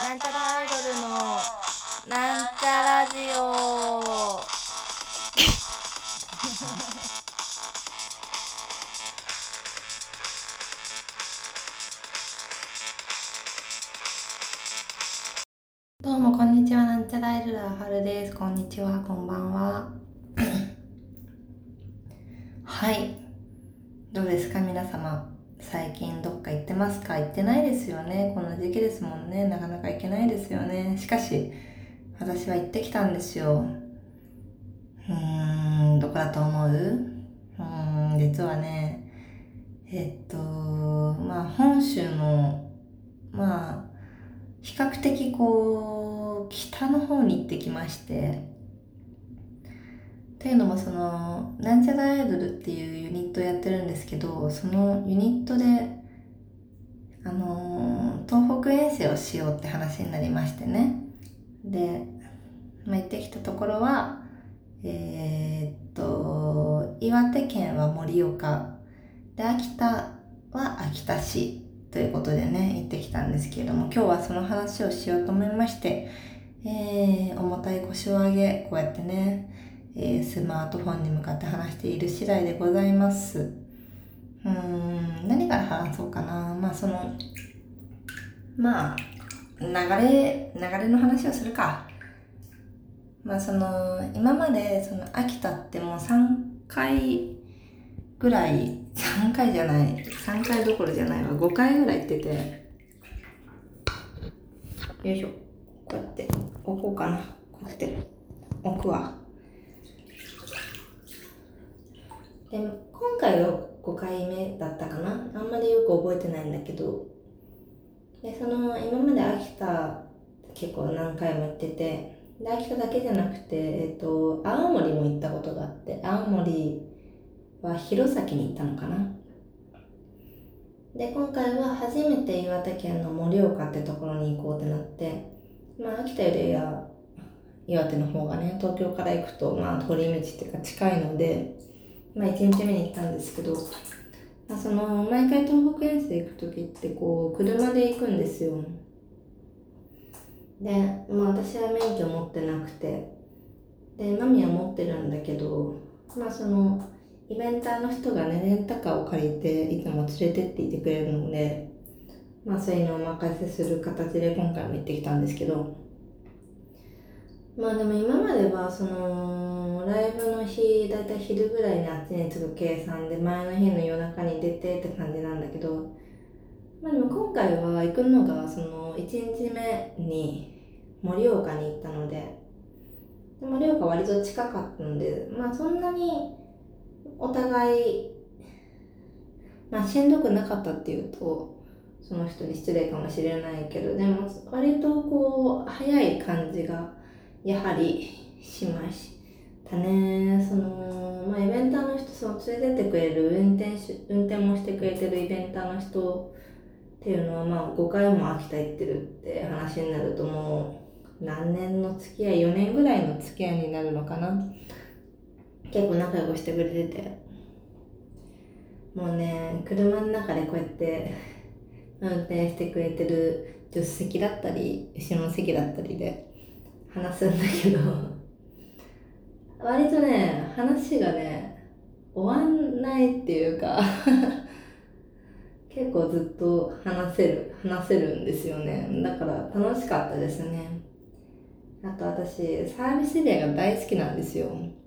なんちゃらアイドルのなんちゃラジオ。 どうもこんにちは、なんちゃらアイドルはるです。こんにちは、こんばんは。はい、どうですか皆様、最近どっか行ってますか？行ってないですよね。この時期ですもんね。なかなか行けないですよね。しかし私は行ってきたんですよ。どこだと思う？実はね、本州の比較的北の方に行ってきまして、というのもなんちゃらアイドルっていうユニットをやってるんですけど、そのユニットで東北遠征をしようって話になりましてね。で、行ってきたところは岩手県は盛岡で、秋田は秋田市ということでね、行ってきたんですけれども、今日はその話をしようと思いまして、重たい腰を上げ、こうやってね、スマートフォンに向かって話している次第でございます。何から話そうかな。流れの話をするか。今まで秋田ってもう3回ぐらい、3回じゃない、3回どころじゃないわ、5回ぐらい行ってて、よいしょ、こうやって置こうかな。こうやって置くわ。で、今回は5回目だったかな。あんまりよく覚えてないんだけど、で今まで秋田結構何回も行ってて、で秋田だけじゃなくて、青森も行ったことがあって、青森は弘前に行ったのかな。で、今回は初めて岩手県の盛岡ってところに行こうってなって、秋田よりは岩手の方がね、東京から行くと通り道っていうか近いので、1日目に行ったんですけど、毎回東北遠征行く時って車で行くんですよ。で、私は免許持ってなくて、でマミは持ってるんだけど、イベンターの人がね、レンタカーを借りていつも連れてっていてくれるので、そういうのをお任せする形で今回も行ってきたんですけど、でも今まではライブの日、だいたい昼ぐらいにあっちに着く計算で、前の日の夜中に出てって感じなんだけど、でも今回は行くのが1日目に盛岡に行ったので、盛岡割と近かったので、そんなにお互いしんどくなかったっていうとその人に失礼かもしれないけど、でも割と早い感じがやはりしましたね。イベンターの人、連れてってくれる運転もしてくれてるイベンターの人っていうのは5回も秋田行ってるって話になると、もう何年の付き合い、4年ぐらいの付き合いになるのかな。結構仲良くしてくれてて、もうね、車の中でこうやって運転してくれてる助手席だったり後ろの席だったりで話すんだけど、割とね、話がね終わんないっていうか結構ずっと話せるんですよね。だから楽しかったですね。あと私サービスエリアが大好きなんですよ。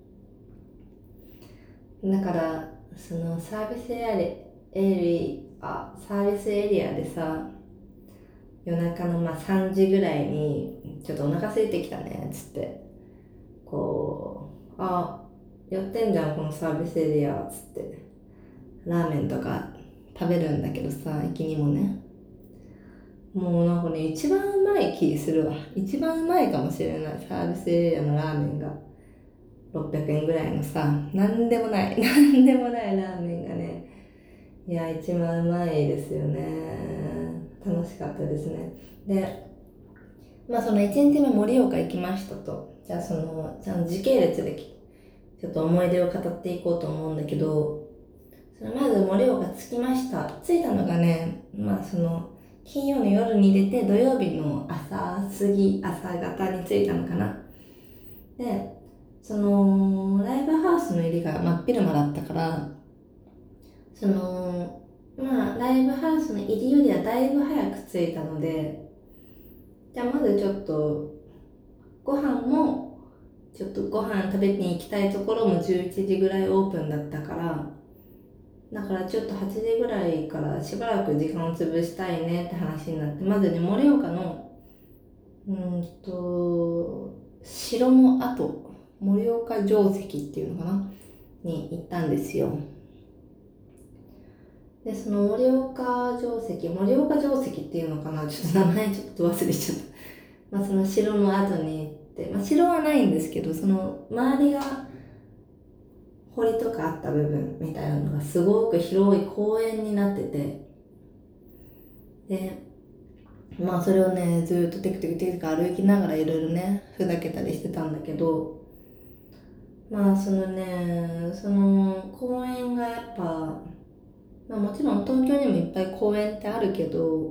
だからサービスエリアでさ、夜中の3時ぐらいにちょっとお腹空いてきたねっつって、寄ってんじゃんこのサービスエリアっつってラーメンとか食べるんだけどさ、行きにもね、もうなんかね、一番うまい気するわ。一番うまいかもしれない。サービスエリアのラーメンが600円ぐらいのさ、なんでもないなんでもないラーメンがね、いや一番うまいですよね。楽しかったですね。で、その1日目盛岡行きましたと。じゃあちゃんと時系列でちょっと思い出を語っていこうと思うんだけど、まず盛岡着きました。着いたのがね、 金曜の夜に出て土曜日の朝方に着いたのかな。でそのライブハウスの入りが真っ昼間だったから、ライブハウスの入りよりはだいぶ早く着いたので、じゃあまずちょっとご飯食べに行きたいところも11時ぐらいオープンだったから、だからちょっと8時ぐらいからしばらく時間を潰したいねって話になって、まずね、盛岡の城の跡、盛岡城跡っていうのかなに行ったんですよ。でその盛岡城跡っていうのかな、ちょっと名前ちょっと忘れちゃった。その城の後に行って、城はないんですけど、その周りが堀とかあった部分みたいなのがすごく広い公園になってて、でそれをねずっとテクテク歩きながらいろいろねふざけたりしてたんだけど、その公園がやっぱ、もちろん東京にもいっぱい公園ってあるけど、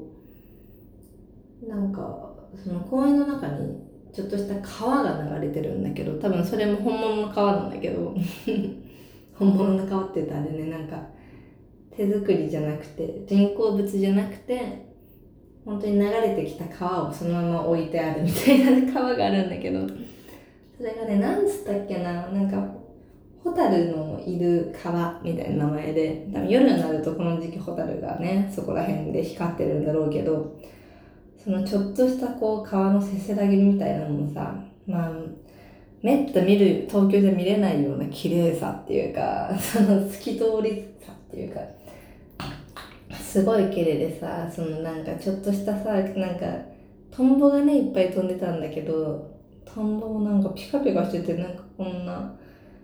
その公園の中にちょっとした川が流れてるんだけど、多分それも本物の川なんだけど本物の川って言ったらあれね、手作りじゃなくて人工物じゃなくて本当に流れてきた川をそのまま置いてあるみたいな川があるんだけど、それがね、なんつったっけな、ホタルのいる川みたいな名前で、多分夜になるとこの時期ホタルがねそこら辺で光ってるんだろうけど、そのちょっとしたこう川のせせらぎみたいなのもさ、めった東京で見れないような綺麗さっていうか、その透き通りさっていうか、すごい綺麗でさ、そのちょっとしたさ、トンボがねいっぱい飛んでたんだけど、トンボもピカピカしてて、こんな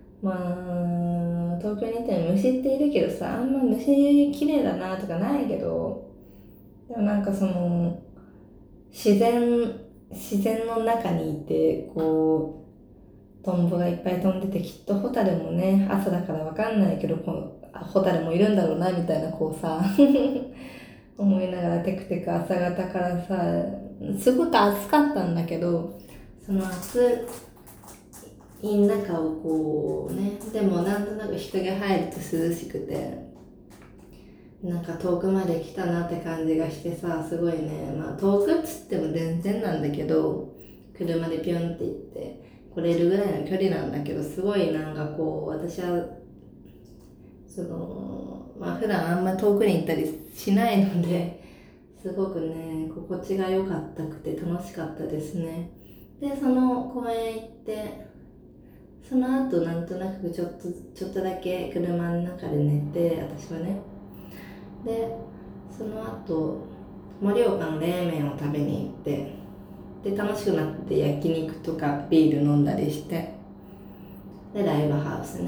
東京にいても虫っているけどさ、あんま虫綺麗だなとかないけど、でもその自然の中にいて、こうトンボがいっぱい飛んでて、きっとホタルもね、朝だからわかんないけどホタルもいるんだろうなみたいなこうさ思いながらテクテク朝方からさ、すごく暑かったんだけど、その暑い中をこうね、でもなんとなく人が入ると涼しくて、遠くまで来たなって感じがしてさ、すごいね、遠くっつっても全然なんだけど、車でピュンって行って来れるぐらいの距離なんだけど、すごい私は普段あんま遠くに行ったりしないので、すごくね心地が良かったくて楽しかったですね。でその公園行って、その後なんとなくちょっとだけ車の中で寝て、私はね、でその後盛岡の冷麺を食べに行って、で楽しくなって焼肉とかビール飲んだりして、でライブハウス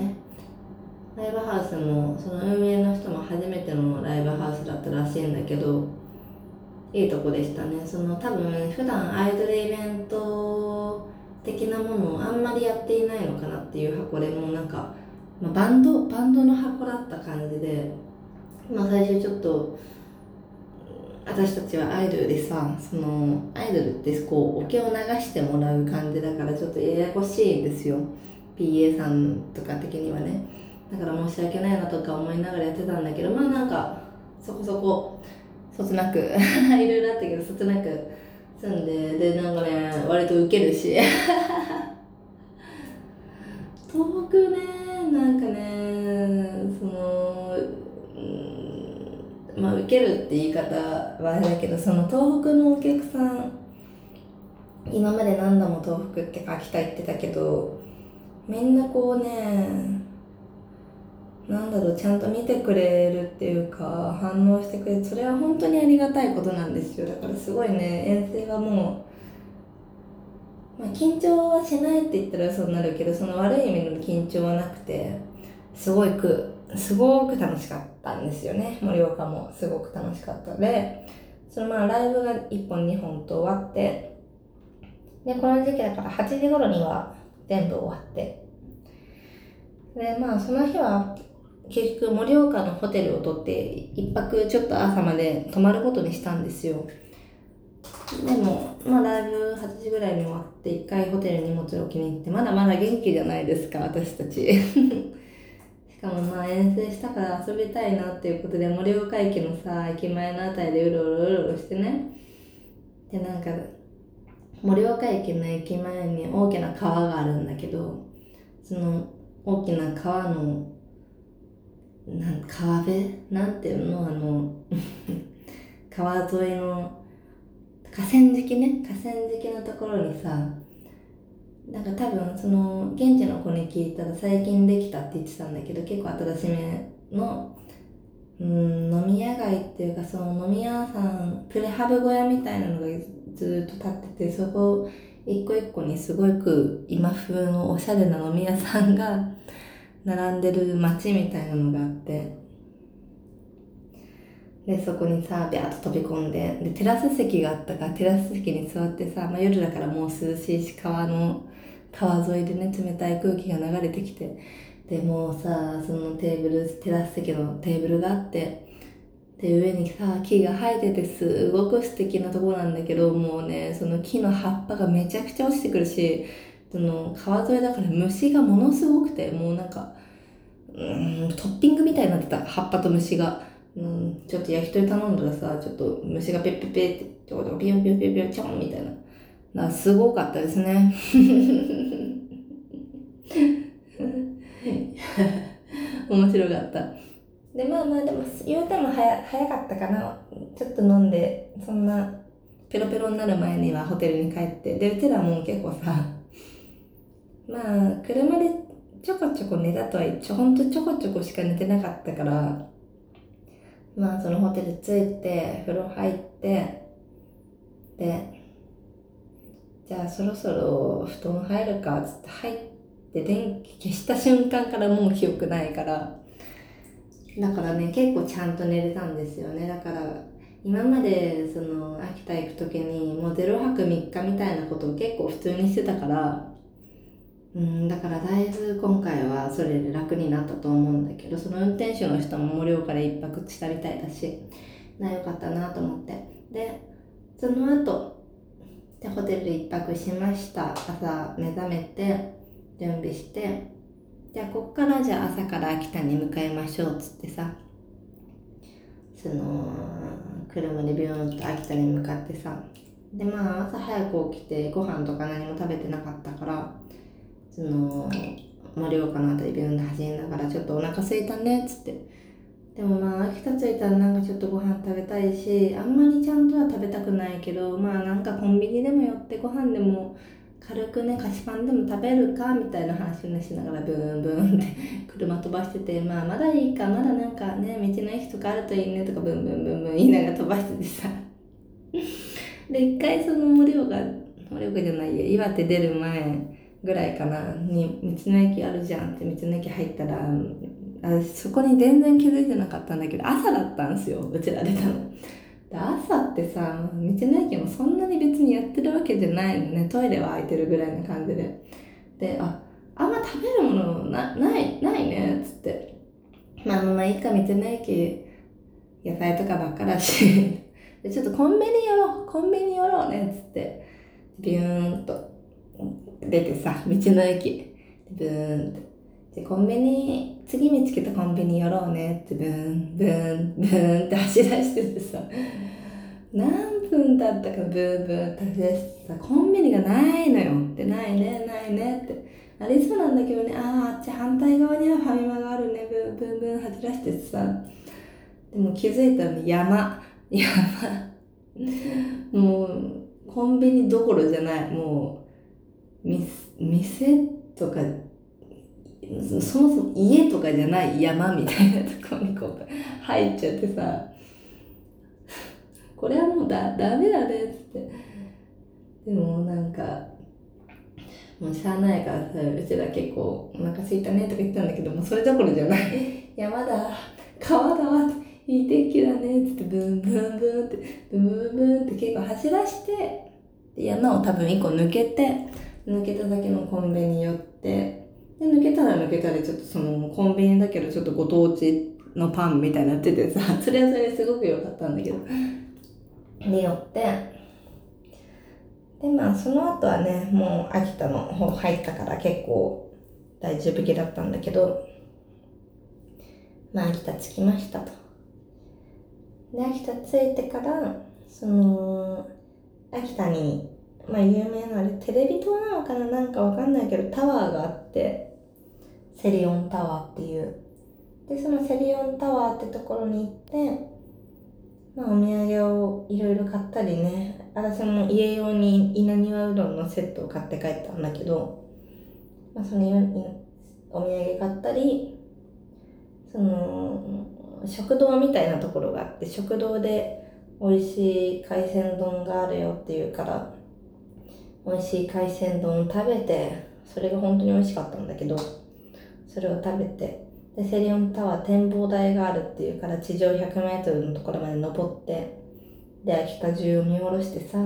もその運営の人も初めてのライブハウスだったらしいんだけど、いいとこでしたね。多分普段アイドルイベント的なものをあんまりやっていないのかなっていう箱で、もバンドの箱だった感じで、最初ちょっと私たちはアイドルでさ、アイドルってこうお経を流してもらう感じだから、ちょっとややこしいんですよ、 PA さんとか的にはね。だから申し訳ないなとか思いながらやってたんだけど、そこそこそつなくいろいろあったけどそつなく済んで、で割とウケるし遠くね、受けるって言い方はあれだけど、その東北のお客さん、今まで何度も東北って秋田行ってたけど、みんなこうね、ちゃんと見てくれるっていうか反応してくれる、それは本当にありがたいことなんですよ。だからすごいね、遠征はもう、緊張はしないって言ったらそうなるけど、その悪い意味の緊張はなくて、すごく楽しかったんですよね。盛岡もすごく楽しかったので、ライブが1本2本と終わって、でこの時期だから8時頃には全部終わって、でその日は結局盛岡のホテルを取って一泊ちょっと朝まで泊まることにしたんですよ。でもだいぶ8時ぐらいに終わって一回ホテルに荷物を置きに行って、まだまだ元気じゃないですか私たちしかも遠征したから遊びたいなっていうことで盛岡駅のさ駅前のあたりでうろうろしてね、でなんか盛岡駅の駅前に大きな川があるんだけど、その大きな川の川辺なんていうの川沿いの河川敷のところにさ、なんか多分その現地の子に聞いたら最近できたって言ってたんだけど、結構新しめの飲み屋街っていうか、その飲み屋さんプレハブ小屋みたいなのがずっと建ってて、そこ一個一個にすごく今風のおしゃれな飲み屋さんが並んでる街みたいなのがあって、でそこにさビャーッと飛び込んで、テラス席があったからテラス席に座ってさ、夜だからもう涼しいし、川沿いでね冷たい空気が流れてきて、でもうさそのテラス席のテーブルがあって、で上にさ木が生えててすごく素敵なところなんだけど、もうねその木の葉っぱがめちゃくちゃ落ちてくるし、その川沿いだから虫がものすごくて、もうなんかトッピングみたいになってた、葉っぱと虫が。ちょっと焼き鳥頼んだらさ、ちょっと虫がペッペッペッってちょこちょこピヨピヨピヨピヨチョンみたいな、すごかったですね面白かった。ででも言うても早かったかな。ちょっと飲んでそんなペロペロになる前にはホテルに帰って、でうちらも結構さ車でちょこちょこ寝たとはほんとちょこちょこしか寝てなかったから、そのホテル着いて風呂入って、でじゃあそろそろ布団入るかっつって入って電気消した瞬間からもう記憶ないから、だからね結構ちゃんと寝れたんですよね。だから今までその秋田行く時にもう0泊3日みたいなことを結構普通にしてたから、だからだいぶ今回はそれで楽になったと思うんだけど、その運転手の人も盛岡で一泊したみたいだし、よかったなと思って、でその後でホテルで一泊しました。朝目覚めて準備して、じゃあこっからじゃあ朝から秋田に向かいましょうっつってさ、その車でビューンと秋田に向かってさ、で朝早く起きてご飯とか何も食べてなかったから、その盛岡のあたりビューンと走りながら、ちょっとお腹空いたねっつって、でも秋田着いたらなんかちょっとご飯食べたいし、あんまりちゃんとは食べたくないけど、なんかコンビニでも寄ってご飯でも軽くね菓子パンでも食べるかみたいな話をしながらブーンブーンって車飛ばしてて、まだいいか、まだなんかね道の駅とかあるといいねとかブンブンブンブン言いながら飛ばしててさで一回その盛岡じゃないや、岩手出る前ぐらいかなに道の駅あるじゃんって、道の駅入ったらそこに全然気づいてなかったんだけど、朝だったんですよ、うちら出たの。で朝ってさ、道の駅もそんなに別にやってるわけじゃないのね。トイレは空いてるぐらいな感じで。で、あんま食べるものないねっつって。いいか、道の駅野菜とかばっかだしでちょっとコンビニ寄ろうねっつって、ビューンと出てさ、道の駅ブーンってでコンビニ、次見つけたコンビニ寄ろうねってブーンブーンブーンって走り出しててさ、何分経ったかブーンブーンって走り出してさ、コンビニがないのよって、ないねってありそうなんだけどね、あっち反対側にはファミマがあるね、ブーンブーンブーン走り出しててさ、でも気づいたの山もうコンビニどころじゃない、もう店とかそもそも家とかじゃない山みたいなところにこう入っちゃってさ、これはもうダメだねっつって、でもなんかもうしゃあないからさ、うちら結構お腹空いたねとか言ったんだけども、それどころじゃない山だ川だわいい天気だねっつってブンブンブンってブンブンブンって結構走らして、で山を多分1個抜けた先のコンビニ寄って、 で抜けたらちょっとそのコンビニだけどちょっとご当地のパンみたいになっててさ、それはそれですごく良かったんだけど、で寄って、でその後はね、もう秋田の方入ったから結構大丈夫気だったんだけど、秋田着きましたと。で秋田着いてからその秋田に有名なあれテレビ塔なのかな、なんかわかんないけどタワーがあって、セリオンタワーっていう。でそのセリオンタワーってところに行って、お土産をいろいろ買ったりね、私も家用に稲庭うどんのセットを買って帰ったんだけど、そのお土産買ったり、その食堂みたいなところがあって、食堂で美味しい海鮮丼があるよっていうから、美味しい海鮮丼を食べて、それが本当に美味しかったんだけど、それを食べて、でセリオンタワー展望台があるっていうから地上100メートルのところまで登って、で秋田中を見下ろしてさ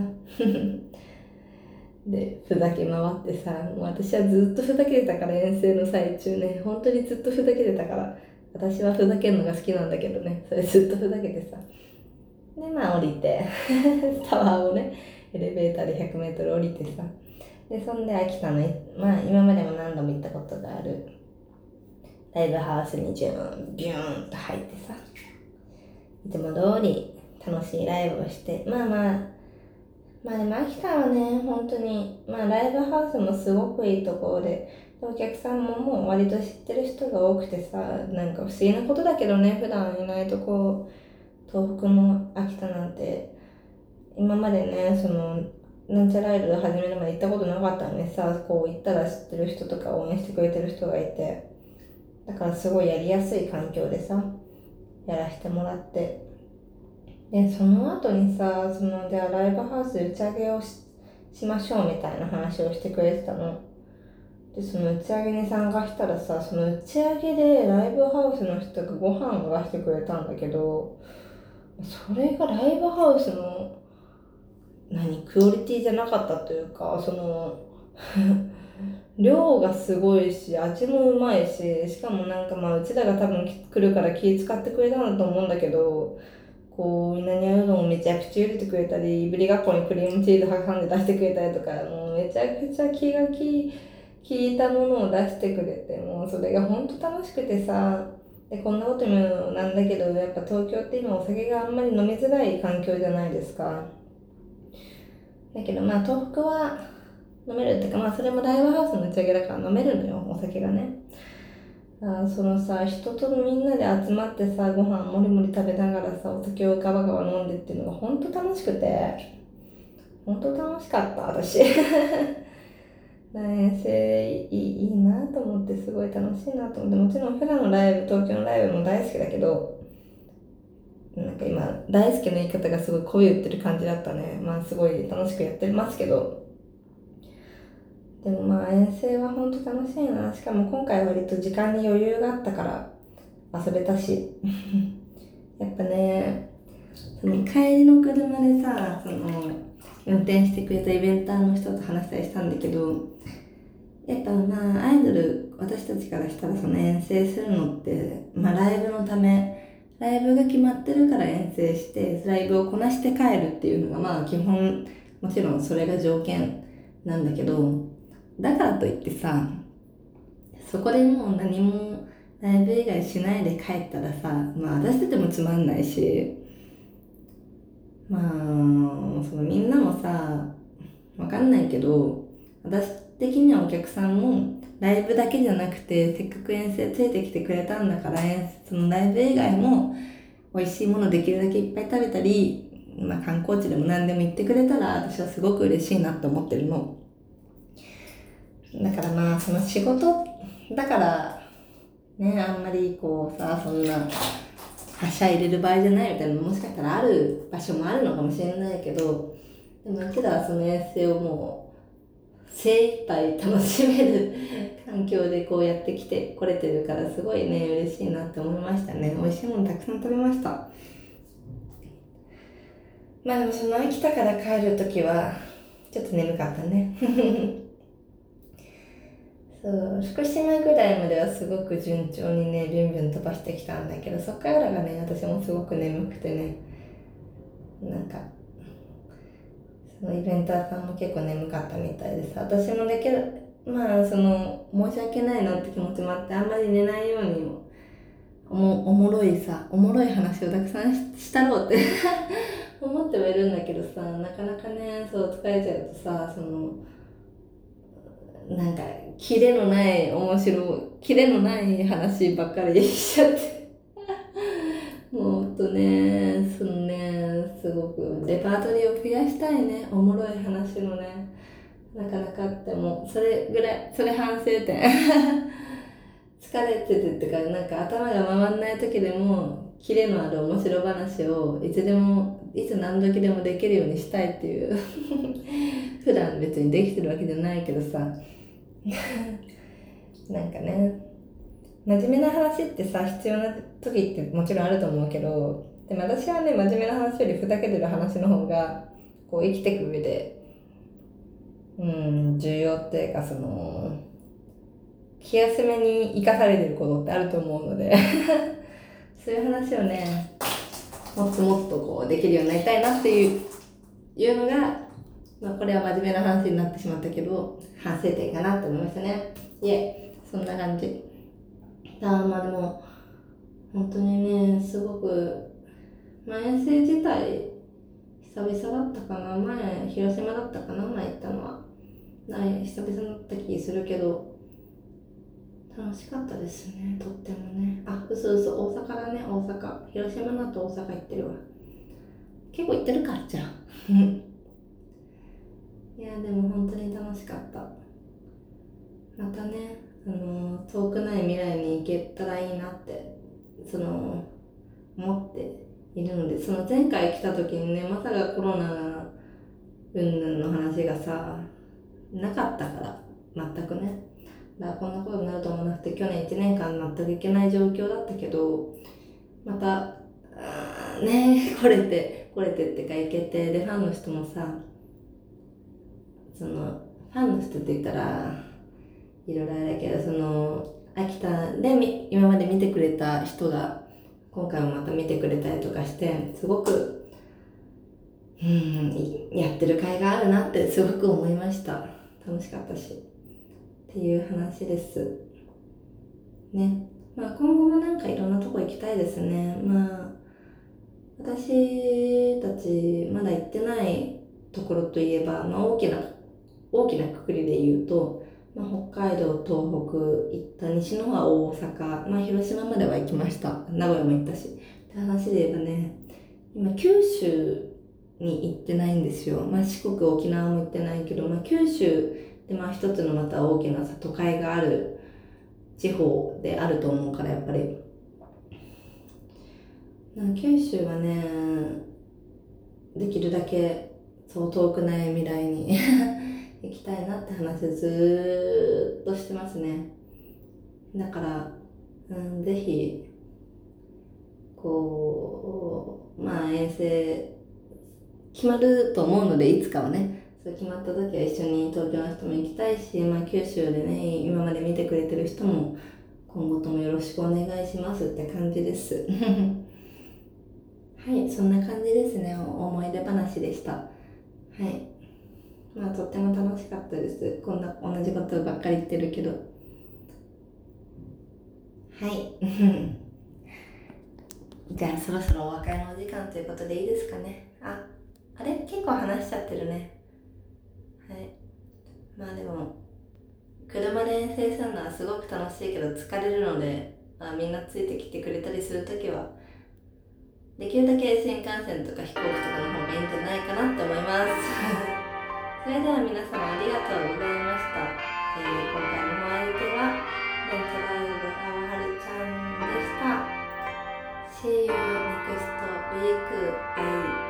でふざけ回ってさ、もう私はずっとふざけてたから、遠征の最中ね、本当にずっとふざけてたから、私はふざけるのが好きなんだけどね、それずっとふざけてさ、で降りてタワーをねエレベーターで100メートル降りてさ、でそんで秋田の今までも何度も行ったことがあるライブハウスにビューンと入ってさ、いつも通り楽しいライブをして、でも秋田はね、本当にライブハウスもすごくいいところで、お客さんももう割と知ってる人が多くてさ、なんか不思議なことだけどね、普段いないとこ、東北の秋田なんて今までね、そのなんちゃらアイドル始めるまで行ったことなかったのにさ、こう行ったら知ってる人とか応援してくれてる人がいて、だからすごいやりやすい環境でさやらせてもらって、でその後にさ、じゃあライブハウスで打ち上げをしましょうみたいな話をしてくれてたので、その打ち上げに参加したらさ、その打ち上げでライブハウスの人がご飯を出してくれたんだけど、それがライブハウスのクオリティじゃなかったというか、その量がすごいし、味もうまいし、しかもうちらが多分来るから気使ってくれたんだと思うんだけど、こう稲庭うどんをめちゃくちゃ茹でてくれたり、いぶりがっこにクリームチーズ挟んで出してくれたりとか、もうめちゃくちゃ気が利いたものを出してくれて、もうそれが本当楽しくてさ、でこんなこと言うのなんだけど、やっぱ東京って今お酒があんまり飲みづらい環境じゃないですか。だけど東北は飲めるっていうか、それもライブハウスの打ち上げだから飲めるのよ、お酒がね。そのさ、人とみんなで集まってさ、ご飯もりもり食べながらさ、お酒をガバガバ飲んでっていうのが本当楽しくて、本当楽しかった、私。遠征いいなと思って、すごい楽しいなと思って、もちろん普段のライブ、東京のライブも大好きだけど、今、大好きな言い方がすごい声言ってる感じだったね。すごい楽しくやってますけど、でも遠征は本当楽しいな。しかも今回割と時間に余裕があったから遊べたし。やっぱね、その帰りの車でさ、運転してくれたイベンターの人と話したりしたんだけど、やっぱアイドル、私たちからしたらその遠征するのって、ライブのため、ライブが決まってるから遠征して、ライブをこなして帰るっていうのが基本、もちろんそれが条件なんだけど、だからといってさ、そこでもう何もライブ以外しないで帰ったらさ、私たちもつまんないし、そのみんなもさ、わかんないけど、私的にはお客さんもライブだけじゃなくて、せっかく遠征ついてきてくれたんだから、そのライブ以外も美味しいものできるだけいっぱい食べたり、観光地でも何でも行ってくれたら、私はすごく嬉しいなって思ってるの。だからその仕事だからね、あんまりこうさ、そんなはしゃいでる場合じゃないみたいなのもしかしたらある場所もあるのかもしれないけど、でもうちらはその遠征をもう精一杯楽しめる環境でこうやってきてこれてるから、すごいね嬉しいなって思いましたね。美味しいものたくさん食べました。でもその秋田から帰るときはちょっと眠かったね。 そう福島ぐらいまではすごく順調にねビュンビュン飛ばしてきたんだけど、そっからがね私もすごく眠くてね、なんかそのイベンターさんも結構眠かったみたいでさ、私もだけどまあその申し訳ないなって気持ちもあって、あんまり寝ないようにおもろい話をたくさんしたろうって思ってはいるんだけどさ、なかなかねそう疲れちゃうとさ、そのなんかキレのない話ばっかりしちゃってもっとねそのねすごくレパートリーを増やしたいね、おもろい話のね、なかなかあってもそれ反省点疲れててってか、なんか頭が回んない時でもキレのある面白話をいつ何時でもできるようにしたいっていう普段別にできてるわけじゃないけどさなんかね真面目な話ってさ必要な時ってもちろんあると思うけど、でも私はね真面目な話よりふざけてる話の方がこう生きていく上で重要っていうか、その気休めに生かされてることってあると思うのでそういう話をねもっともっとこうできるようになりたいなっていうのが、まあ、これは真面目な話になってしまったけど反省点かなって思いましたね。そんな感じ。まあでも本当にねすごく、遠征自体久々だったかな、広島だったかな、前行ったのは久々だった気するけど楽しかったですね、とってもね。嘘大阪だね、大阪。広島の後大阪行ってるわ。結構行ってるかじゃあいやでも本当に楽しかった。またね遠くない未来に行けたらいいなって思っているので、その前回来た時にねまさかコロナ云々の話がさなかったから全くね、だからこんなことになると思わなくて、去年1年間全く行けない状況だったけど、またね来れてってか行けて、でファンの人もさ、ファンの人って言ったらいろいろあれだけど、秋田で今まで見てくれた人が今回もまた見てくれたりとかして、すごくやってる甲斐があるなってすごく思いました。楽しかったしっていう話ですね。今後もなんかいろんなとこ行きたいですね。私たちまだ行ってないところといえば、大きな括りで言うと、北海道、東北行った、西の方は大阪、広島までは行きました。名古屋も行ったし。って話で言えばね、今九州に行ってないんですよ。四国、沖縄も行ってないけど、九州で一つのまた大きな都会がある地方であると思うから、やっぱり九州はねできるだけそう遠くない未来に行きたいなって話をずーっとしてますね。だから、ぜひこう遠征決まると思うので、いつかはねそう決まった時は一緒に東京の人も行きたいし、九州でね今まで見てくれてる人も今後ともよろしくお願いしますって感じですはい、そんな感じですね。思い出話でした。はい、とっても楽しかったです。こんな同じことばっかり言ってるけど、はいじゃあそろそろお別れのお時間ということでいいですかね。あれ結構話しちゃってるね。はい、でも車で遠征するのはすごく楽しいけど疲れるので、みんなついてきてくれたりするときはできるだけ新幹線とか飛行機とかの方がいいんじゃないかなって思いますそれでは皆様ありがとうございました。今回のお相手はレンタライブはるちゃんでした。See you next week. Bye.